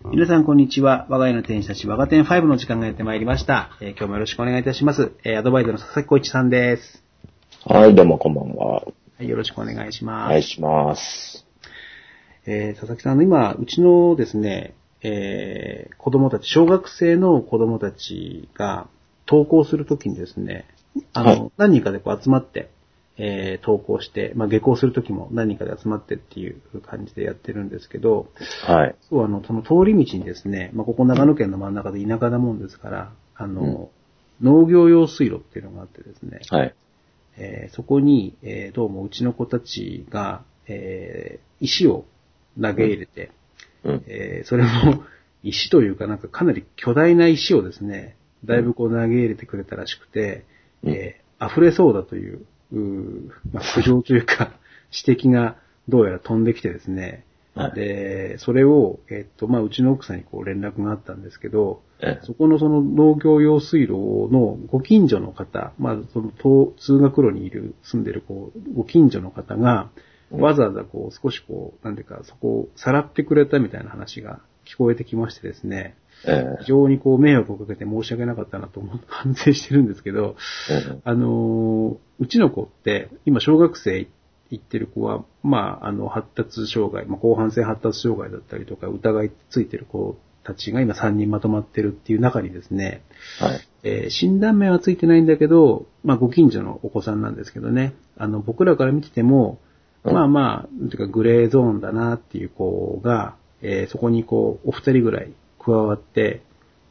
皆さんこんにちは。我が家の天使たち、我が天5の時間がやってまいりました。今日もよろしくお願いいたします。アドバイザーの佐々木浩一さんです。 はい、どうもこんばんは。 はい、よろしくお願いします。 お願いします。 佐々木さん、今、うちのですね、子供たち、小学生の子供たちが登校するときにですね、 はい、 何人かでこう集まって、登校して、下校するときも何人かで集まってっていう感じでやってるんですけど、 はい。 その通り道にですね、ここ長野県の真ん中で田舎なもんですから、農業用水路っていうのがあってですね、 はい。 そこに、どうもうちの子たちが、石を投げ入れて、それも石というかかなり巨大な石をですね、だいぶこう投げ入れてくれたらしくて、溢れそうだという、苦情というか指摘がどうやら飛んできてですね、 はい、 で、それを、うちの奥さんにこう連絡があったんですけど、そこのその農業用水路のご近所の方、その通学路に住んでるこうご近所の方が、わざわざこう少しこう、なんていうか、そこをさらってくれたみたいな話が聞こえてきましてですね、非常にこう迷惑をかけて申し訳なかったなと思って反省してるんですけど、うちの子って、今小学生行ってる子は、発達障害、後半性発達障害だったりとか、疑いついてる子たちが今3人まとまってるっていう中にですね、 はい。 診断名はついてないんだけど、ご近所のお子さんなんですけどね、僕らから見てても、なんていうかグレーゾーンだなっていう子が、そこにこう、お二人ぐらい加わって、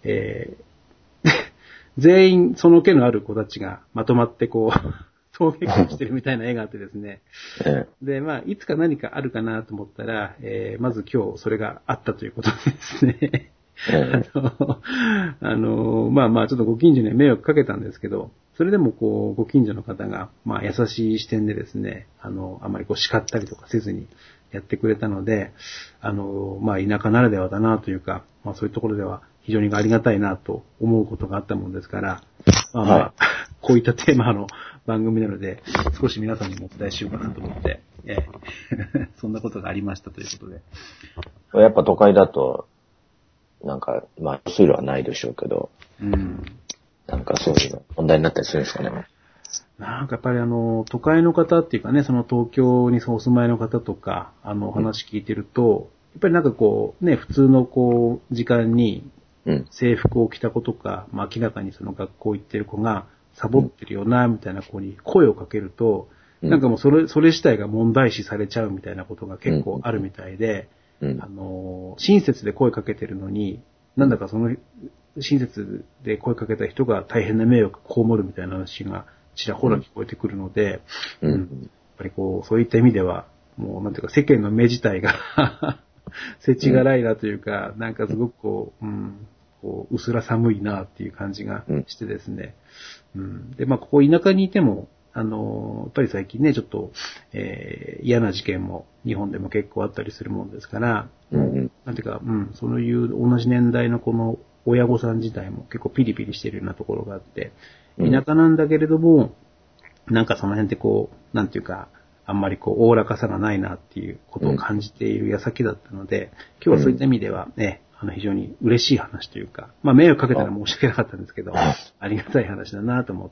全員その気のある子たちがまとまってこう、登下校してるみたいな絵があってですね。で、いつか何かあるかなと思ったら、まず今日それがあったということでですね。ちょっとご近所には迷惑かけたんですけど、それでもこう、ご近所の方が、優しい視点でですね、あまりこう叱ったりとかせずにやってくれたので、田舎ならではだなというか、そういうところでは非常にありがたいなと思うことがあったもんですから、こういったテーマの番組なので、少し皆さんにもお伝えしようかなと思って、そんなことがありましたということで。 やっぱ都会だと、水路はないでしょうけど、そういうの問題になったりするんですかね。 やっぱり都会の方っていうかね、その東京にお住まいの方とか、お話聞いてると、やっぱり普通のこう、時間に制服を着た子とか、明らかにその学校行ってる子がサボってるよな、みたいな子に声をかけると、もうそれ自体が問題視されちゃうみたいなことが結構あるみたいで、親切で声かけてるのに、なんだかその親切で声かけた人が大変な迷惑を被るみたいな話がちらほら聞こえてくるので、やっぱりこう、そういった意味では、もうなんていうか世間の目自体が世知辛いなというか、すごくこう、薄ら寒いなっていう感じがしてですね。で、ここ田舎にいても、やっぱり最近ね、ちょっと、嫌な事件も日本でも結構あったりするもんですから、なんていうか、そういう同じ年代のこの親御さん自体も結構ピリピリしてるようなところがあって、田舎なんだけれども、その辺ってこう、なんていうか、あんまりこう、おおらかさがないなっていうことを感じている矢先だったので、今日はそういった意味ではね、非常に嬉しい話というか、迷惑かけたら申し訳なかったんですけど、ありがたい話だなと思って、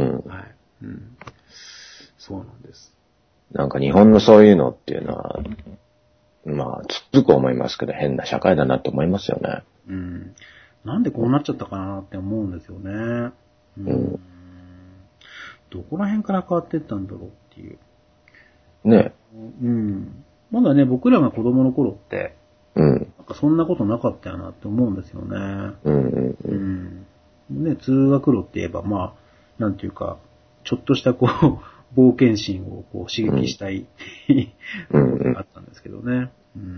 そうなんです。 日本のそういうのっていうのは、つくづく思いますけど、変な社会だなって思いますよね。 なんでこうなっちゃったかなって思うんですよね。どこら辺から変わっていったんだろうっていう。 ね。 まだね、僕らが子供の頃って、そんなことなかったよなって思うんですよね。ね、通学路って言えば、なんていうか、ちょっとしたこう、冒険心をこう刺激したいことがあったんですけどね。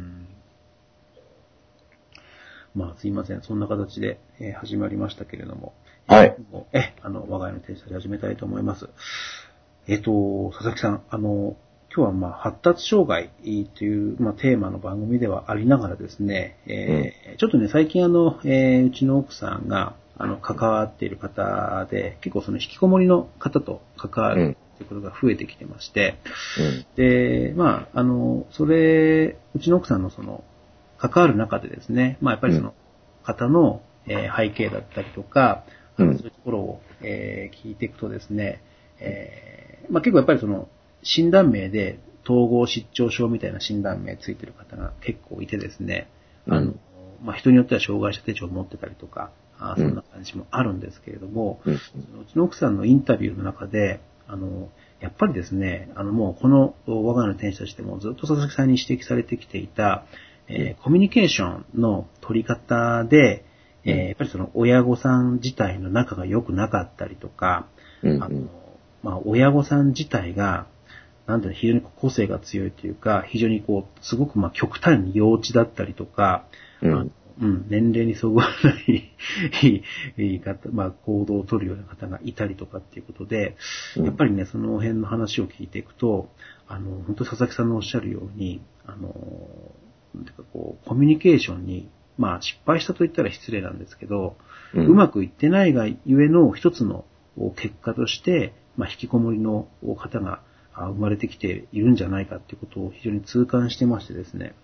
すいません。そんな形で、始まりましたけれども。 はい。 我が家のテストで始めたいと思います。佐々木さん、今日は発達障害という、テーマの番組ではありながらですね、ちょっとね、最近うちの奥さんが、関わっている方で、結構その引きこもりの方と関わるということが増えてきてまして、で、うちの奥さんのその、 関わる中でですね、まあやっぱりその方の、背景だったりとか、そういうところを、聞いていくとですね、まあ結構やっぱりその診断名で統合失調症みたいな診断名ついてる方が結構いてですね、まあ人によっては障害者手帳を持ってたりとか、そんな感じもあるんですけれども、うちの奥さんのインタビューの中で、やっぱりですね、もうこの我が家の天使としてもずっと佐々木さんに指摘されてきていた、コミュニケーションの取り方で、やっぱりその親御さん自体の仲が良くなかったりとか、まあ、親御さん自体が、なんていうの、非常に個性が強いというか、非常にこう、すごくまあ極端に幼稚だったりとか、年齢にそぐわない言い方、まあ、行動を取るような方がいたりとかっていうことで、やっぱりね、その辺の話を聞いていくと、本当佐々木さんのおっしゃるように、なんていうかこう、コミュニケーションに、まあ、失敗したと言ったら失礼なんですけど、うまくいってないがゆえの一つの結果として、まあ、引きこもりの方が生まれてきているんじゃないかっていうことを非常に痛感してましてですね。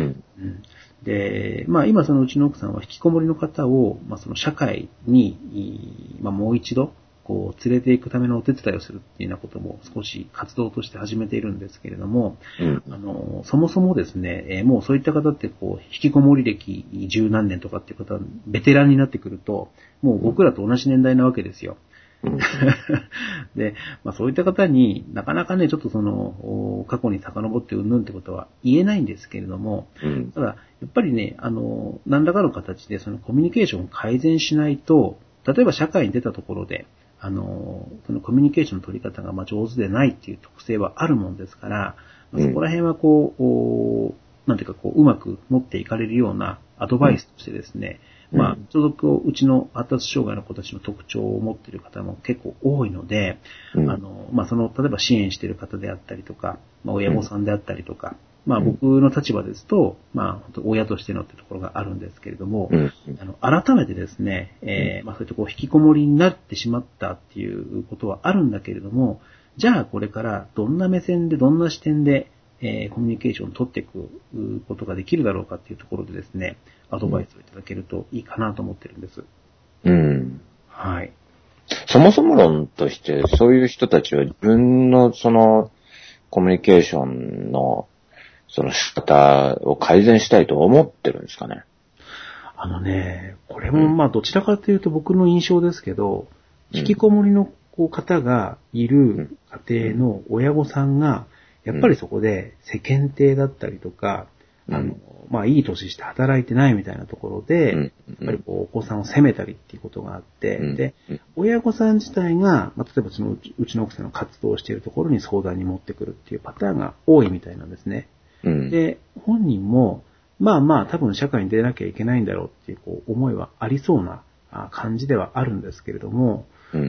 で、まあ今そのうちの奥さんは引きこもりの方を、まあその社会に、まあもう一度、こう連れて行くためのお手伝いをするっていうようなことも少し活動として始めているんですけれども、そもそもですね、もうそういった方ってこう、引きこもり歴十何年とかっていう方は、ベテランになってくると、もう僕らと同じ年代なわけですよ。で、まあそういった方になかなかね、ちょっとその、過去に遡ってうんぬんってことは言えないんですけれども、ただ、やっぱりね、何らかの形でそのコミュニケーションを改善しないと、例えば社会に出たところで、そのコミュニケーションの取り方がまあ上手でないっていう特性はあるもんですから、そこら辺はこう、なんていうかこう、うまく持っていかれるようなアドバイスとしてですね、まあ、ちょうどこう、うちの発達障害の子たちの特徴を持っている方も結構多いので、まあ、その、例えば支援している方であったりとか、まあ、親御さんであったりとか、まあ、僕の立場ですと、まあ、親としてのってところがあるんですけれども、改めてですね、まあ、そういったこう、引きこもりになってしまったっていうことはあるんだけれども、じゃあ、これからどんな目線で、どんな視点で、コミュニケーションを取っていくことができるだろうかっていうところでですね、アドバイスをいただけるといいかなと思ってるんです。はい。 そもそも論として、そういう人たちは自分のそのコミュニケーションのその仕方を改善したいと思ってるんですかね。 これもまあどちらかというと僕の印象ですけど、引きこもりの方がいる家庭の親御さんが、やっぱりそこで世間体だったりとか、まあいい年して働いてないみたいなところで、やっぱりこうお子さんを責めたりっていうことがあって、で、親御さん自体が、まあ、例えばそのうちの奥さんの活動をしているところに相談に持ってくるっていうパターンが多いみたいなんですね。で、本人も、まあまあ多分社会に出なきゃいけないんだろうっていうこう思いはありそうな感じではあるんですけれども、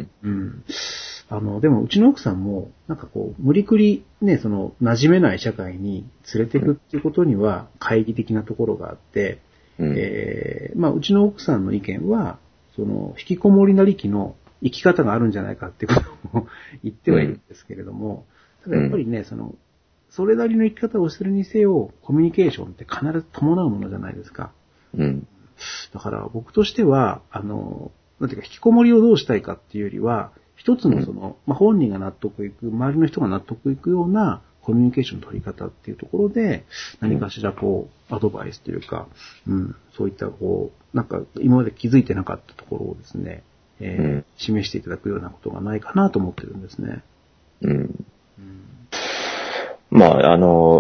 でもうちの奥さんも、なんかこう、無理くりね、その、馴染めない社会に連れていくっていうことには、懐疑的なところがあって、まあ、うちの奥さんの意見は、その、引きこもりなりきの生き方があるんじゃないかっていうことを言ってはいるんですけれども、ただやっぱりね、その、それなりの生き方をするにせよ、コミュニケーションって必ず伴うものじゃないですか。だから僕としては、なんていうか、引きこもりをどうしたいかっていうよりは、一つのその、まあ、本人が納得いく、周りの人が納得いくようなコミュニケーションの取り方っていうところで、何かしらこう、アドバイスというか、そういったこう、なんか今まで気づいてなかったところをですね、示していただくようなことがないかなと思ってるんですね。 まあ、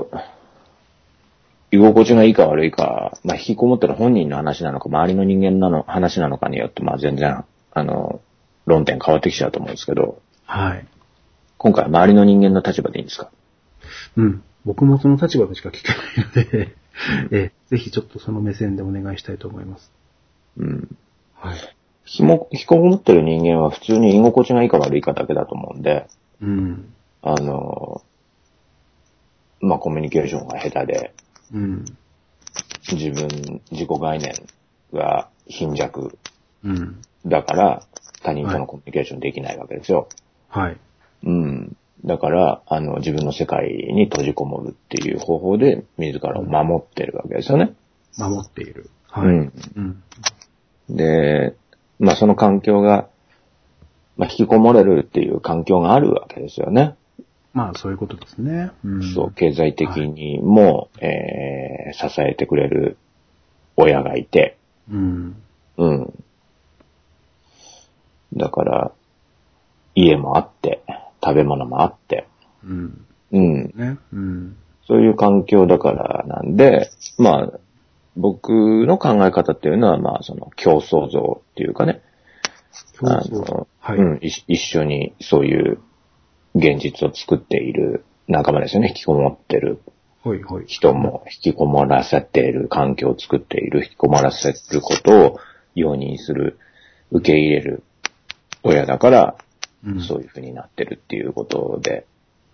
居心地がいいか悪いか、まあ、引きこもってる本人の話なのか、周りの人間の話なのかによって、まあ、全然、論点変わってきちゃうと思うんですけど。 はい。 今回は周りの人間の立場でいいんですか？ 僕もその立場でしか聞けないので、ぜひちょっとその目線でお願いしたいと思います。はい。 引きこもってる人間は普通に居心地がいいか悪いかだけだと思うんで、まあ、コミュニケーションが下手で、自己概念が貧弱だから、他人とのコミュニケーションできないわけですよ。 はい。 だから、自分の世界に閉じこもるっていう方法で自らを守ってるわけですよね。 守っている。はい。うん。 で、まあその環境が、まあ引きこもれるっていう環境があるわけですよね。 まあそういうことですね。 そう、経済的にも、支えてくれる親がいて。うん。だから、家もあって、食べ物もあって。ね。そういう環境だからなんで、まあ、僕の考え方っていうのは、まあ、その競争像っていうかね。一緒にそういう現実を作っている仲間ですよね。引きこもってる人も引きこもらせている環境を作っている、引きこもらせることを容認する、受け入れる親だから、そういう風になってるっていうことで。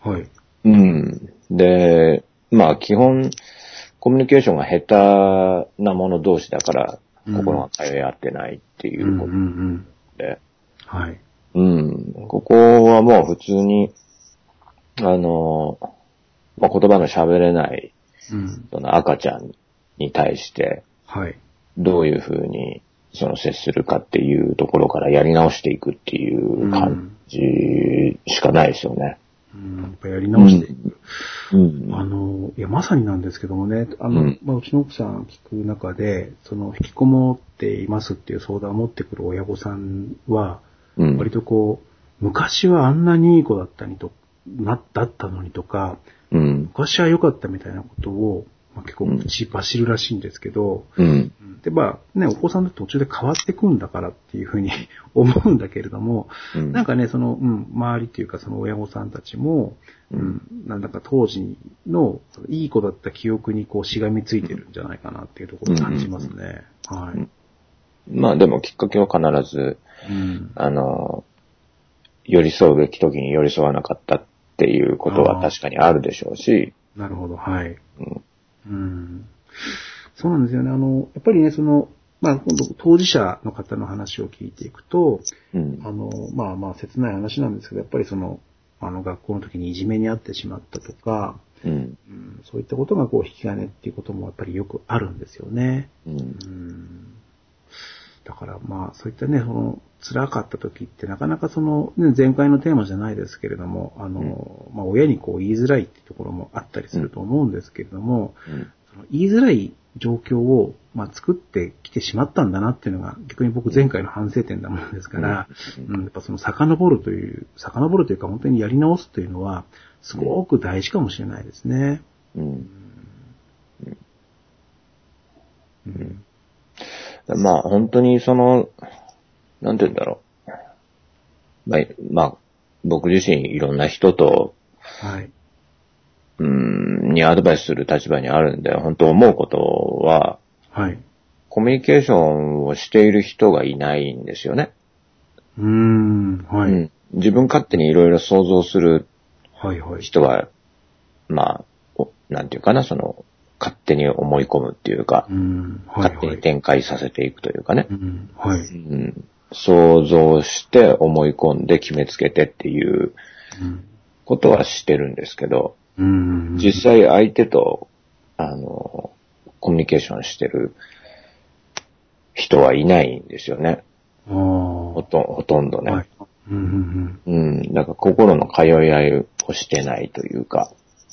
で、まあ基本、コミュニケーションが下手な者同士だから、心が通い合ってないっていうことで。ここはもう普通に、まあ、言葉の喋れない、その赤ちゃんに対して、どういう風に接するかっていうところからやり直していくっていう感じしかないですよね。 やっぱやり直していく。いや、まさになんですけどもね、まあ、うちの奥さん聞く中で、引きこもっていますっていう相談を持ってくる親御さんは、割とこう、昔はあんなにいい子だったのにとか、昔は良かったみたいなことを、まあ、結構口走るらしいんですけど、で、まあね、お子さんって途中で変わってくんだからっていうふうに思うんだけれども、なんかね、周りっていうかその親御さんたちも、なんだか当時のいい子だった記憶にこうしがみついてるんじゃないかなっていうところを感じますね。 まあでもきっかけは必ず、寄り添うべき時に寄り添わなかったっていうことは確かにあるでしょうし。 なるほど、はい。そうなんですよね。やっぱりね、まあ、今度当事者の方の話を聞いていくと、まあ、切ない話なんですけど、やっぱり学校の時にいじめに遭ってしまったとか、そういったことがこう引き金っていうこともやっぱりよくあるんですよね。だからまあ、そういったね、辛かった時ってなかなかね、前回のテーマじゃないですけれども、まあ、親にこう言いづらいっていうところもあったりすると思うんですけれども、言いづらい状況を、まあ、作ってきてしまったんだなっていうのが逆に僕前回の反省点なものですから、やっぱ遡るというか本当にやり直すというのはすごく大事かもしれないですね。 まあ本当になんて言うんだろう。まあ、僕自身いろんな人と、にアドバイスする立場にあるんで、本当思うことは、コミュニケーションをしている人がいないんですよね。自分勝手にいろいろ想像する人は、まあ、なんていうかな、勝手に思い込むっていうか、勝手に展開させていくというかね。想像して思い込んで決めつけてっていうことはしてるんですけど、実際相手と、コミュニケーションしてる人はいないんですよね。ほとんどね。だから心の通い合いをしてないというか。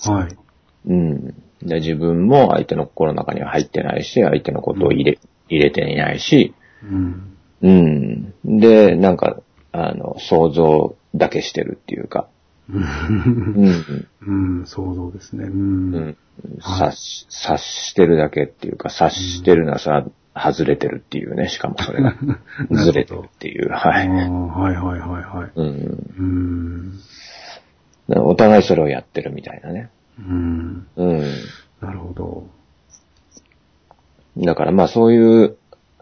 で自分も相手の心の中には入ってないし、相手のことを入れていないし、で、なんか、想像だけしてるっていうか。 想像ですね。 察してるだけっていうか、察してるのはさ、外れてるっていうね、しかもそれが。ずれてるっていう。お互いそれをやってるみたいなね。 なるほど。 だからまあそういう、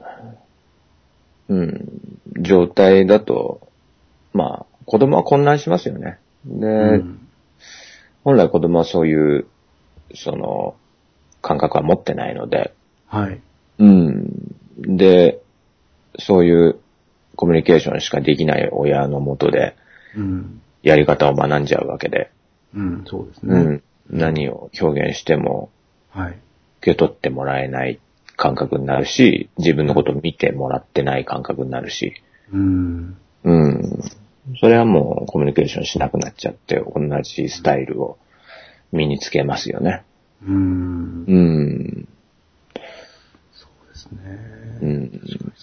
状態だと、まあ子供は混乱しますよね。で、本来子供はそういう、感覚は持ってないので、で、そういうコミュニケーションしかできない親のもとで、やり方を学んじゃうわけで、 そうですね。 何を表現しても、受け取ってもらえない感覚になるし、自分のことを見てもらってない感覚になるし。それはもうコミュニケーションしなくなっちゃって、同じスタイルを身につけますよね。 そうですね。確かに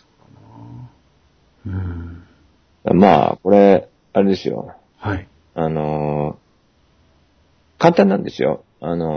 そうだな。 まあ、これ、あれですよ。 はい。 簡単なんですよ。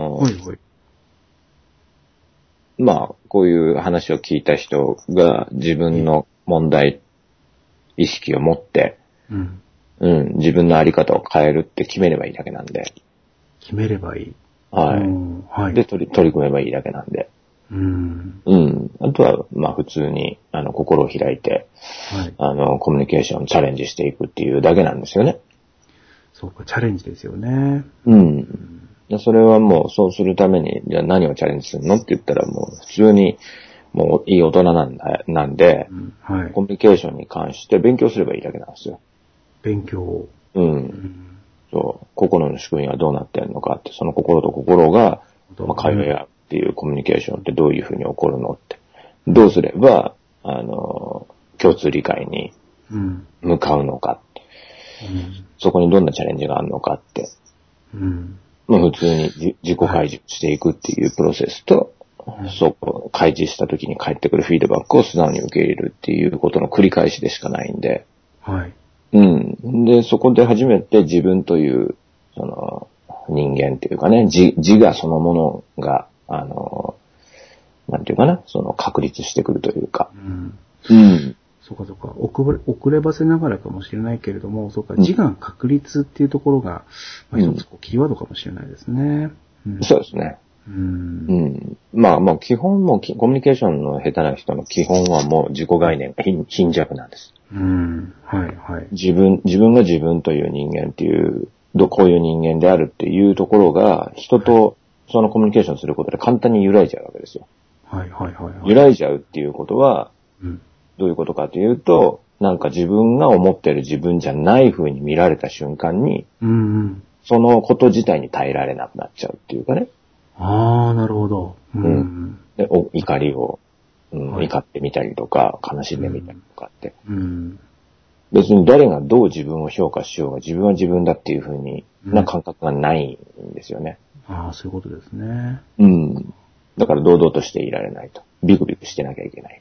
まあ、こういう話を聞いた人が自分の問題意識を持って、自分のあり方を変えるって決めればいいだけなんで。 決めればいい。 はい。で、取り組めばいいだけなんで。あとは、まあ普通に、心を開いて、コミュニケーションチャレンジしていくっていうだけなんですよね。 そうか、チャレンジですよね。 それはもう、そうするために、じゃあ何をチャレンジするのって言ったらもう、普通に、もういい大人なんで、コミュニケーションに関して勉強すればいいだけなんですよ。 勉強。 そう。心の仕組みがどうなってるのかって、その心と心が、会話やっていうコミュニケーションってどういうふうに起こるのって。どうすれば、共通理解に向かうのかって。そこにどんなチャレンジがあるのかって。まあ普通に自己開示していくっていうプロセスと、そう、開示した時に返ってくるフィードバックを素直に受け入れるっていうことの繰り返しでしかないんで。で、そこで初めて自分という、その、人間っていうかね、自我そのものが、なんていうかな、その確立してくるというか。 そうかそうか。遅ればせながらかもしれないけれども、そうか、自我確立っていうところが、一つキーワードかもしれないですね。 そうですね。まあ、基本も、コミュニケーションの下手な人の基本はもう自己概念が貧弱なんです。自分が自分という人間っていう、こういう人間であるっていうところが、人とそのコミュニケーションすることで簡単に揺らいじゃうわけですよ。揺らいじゃうっていうことは、どういうことかというと、なんか自分が思っている自分じゃない風に見られた瞬間に、そのこと自体に耐えられなくなっちゃうっていうかね。 なるほど。 で、怒りを、怒ってみたりとか、悲しんでみたりとかって。別に誰がどう自分を評価しようが、自分は自分だっていう風にな感覚がないんですよね。 そういうことですね。 だから堂々としていられないと。ビクビクしてなきゃいけない。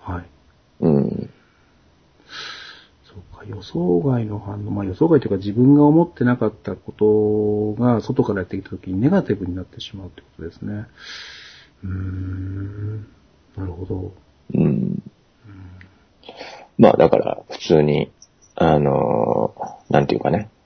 そうか、予想外の反応。予想外というか自分が思ってなかったことが外からやってきたときにネガティブになってしまうってことですね。なるほど。 まあだから普通に、なんていうかね。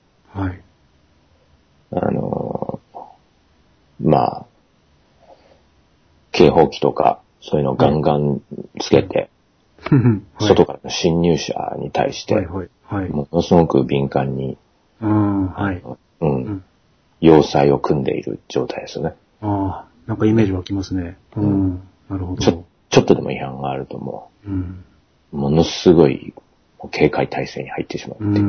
まあ、警報器とか、そういうのをガンガンつけて、外からの侵入者に対して、ものすごく敏感に、要塞を組んでいる状態ですよね。 なんかイメージ湧きますね。なるほど。 ちょっとでも違反があるとものすごい警戒態勢に入ってしまうっていう。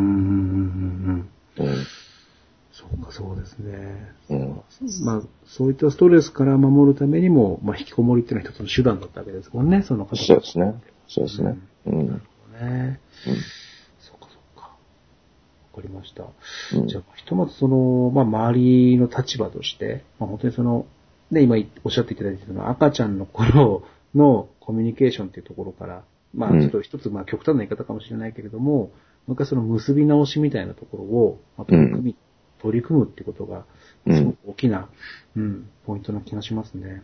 そうか、そうですね。まあ、そういったストレスから守るためにも、引きこもりっていうのは一つの手段だったわけですもんね、その方。 そうですね。そうですね。 なるほどね。そうか、そうか。わかりました。じゃあ、ひとまず周りの立場として、本当に今おっしゃっていただいていた赤ちゃんの頃のコミュニケーションっていうところから、ちょっと一つ、極端な言い方かもしれないけれども、もう一回その結び直しみたいなところを、取り組むってことが、すごく大きな、ポイントな気がしますね。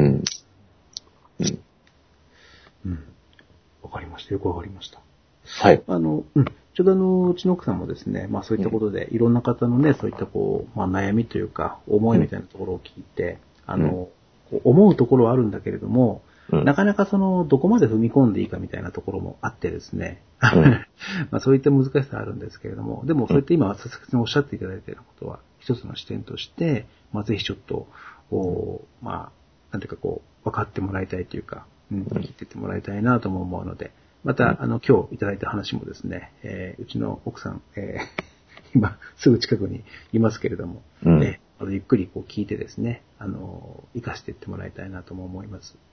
わかりました。よくわかりました。 はい。 ちょうどうちの奥さんもですね、そういったことで、いろんな方のね、そういった悩みというか、思いみたいなところを聞いて、思うところはあるんだけれども、なかなかどこまで踏み込んでいいかみたいなところもあってですね。そういった難しさあるんですけれども、でもそういった今、佐々木さんおっしゃっていただいていることは、一つの視点として、ぜひちょっと、なんていうか分かってもらいたいというか、聞いてってもらいたいなとも思うので、また、今日いただいた話もですね、うちの奥さん、今、すぐ近くにいますけれども、ゆっくり聞いてですね、活かしていってもらいたいなとも思います。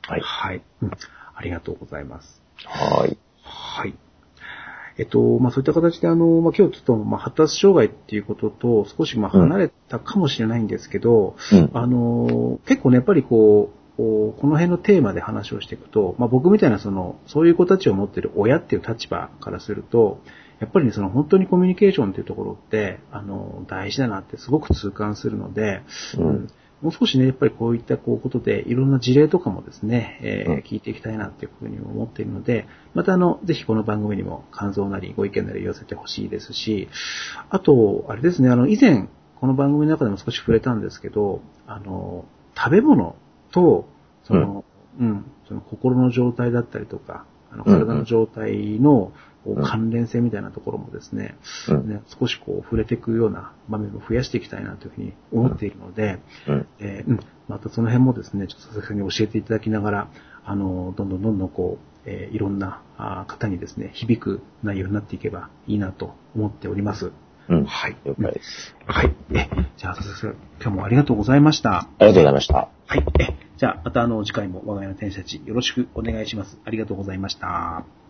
はい。 はい。ありがとうございます。 はい。 はい。まあ、そういった形でまあ、今日ちょっと、発達障害っていうことと少し離れたかもしれないんですけど、結構ね、やっぱりこの辺のテーマで話をしていくと、僕みたいなそういう子たちを持っている親っていう立場からすると、やっぱりね、本当にコミュニケーションっていうところって、大事だなってすごく痛感するので、もう少しね、やっぱりこういったことで、いろんな事例とかもですね、聞いていきたいなっていうふうに思っているので、またぜひこの番組にも感想なりご意見なり寄せてほしいですし、あと、あれですね、以前、この番組の中でも少し触れたんですけど、食べ物と、その心の状態だったりとか、体の状態の関連性みたいなところもですね、少し触れていくような場面を増やしていきたいなというふうに思っているので、またその辺もですね、ちょっと佐々木さんに教えていただきながら、どんどんいろんな方にですね、響く内容になっていけばいいなと思っております。 はい。了解です。 はい。じゃあ、佐々木さん、今日もありがとうございました。 ありがとうございました。 はい。じゃあ、また次回も我が家の天使たちよろしくお願いします。ありがとうございました。